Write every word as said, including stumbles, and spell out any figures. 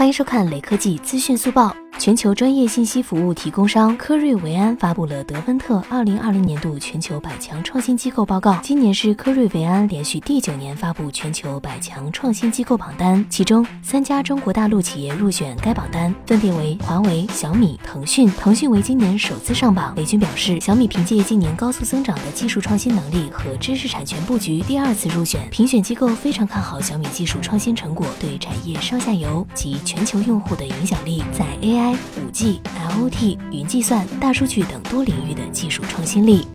欢迎收看雷科技资讯速报。全球专业信息服务提供商科瑞维安发布了德芬特二零二零年度全球百强创新机构报告。今年是科瑞维安连续第九年发布全球百强创新机构榜单，其中三家中国大陆企业入选该榜单，分别为华为、小米、腾讯。腾讯为今年首次上榜。雷军表示，小米凭借今年高速增长的技术创新能力和知识产权布局，第二次入选。评选机构非常看好小米技术创新成果对产业上下游及全球用户的影响力，在 A I、五 G、I O T、云计算、大数据等多领域的技术创新力。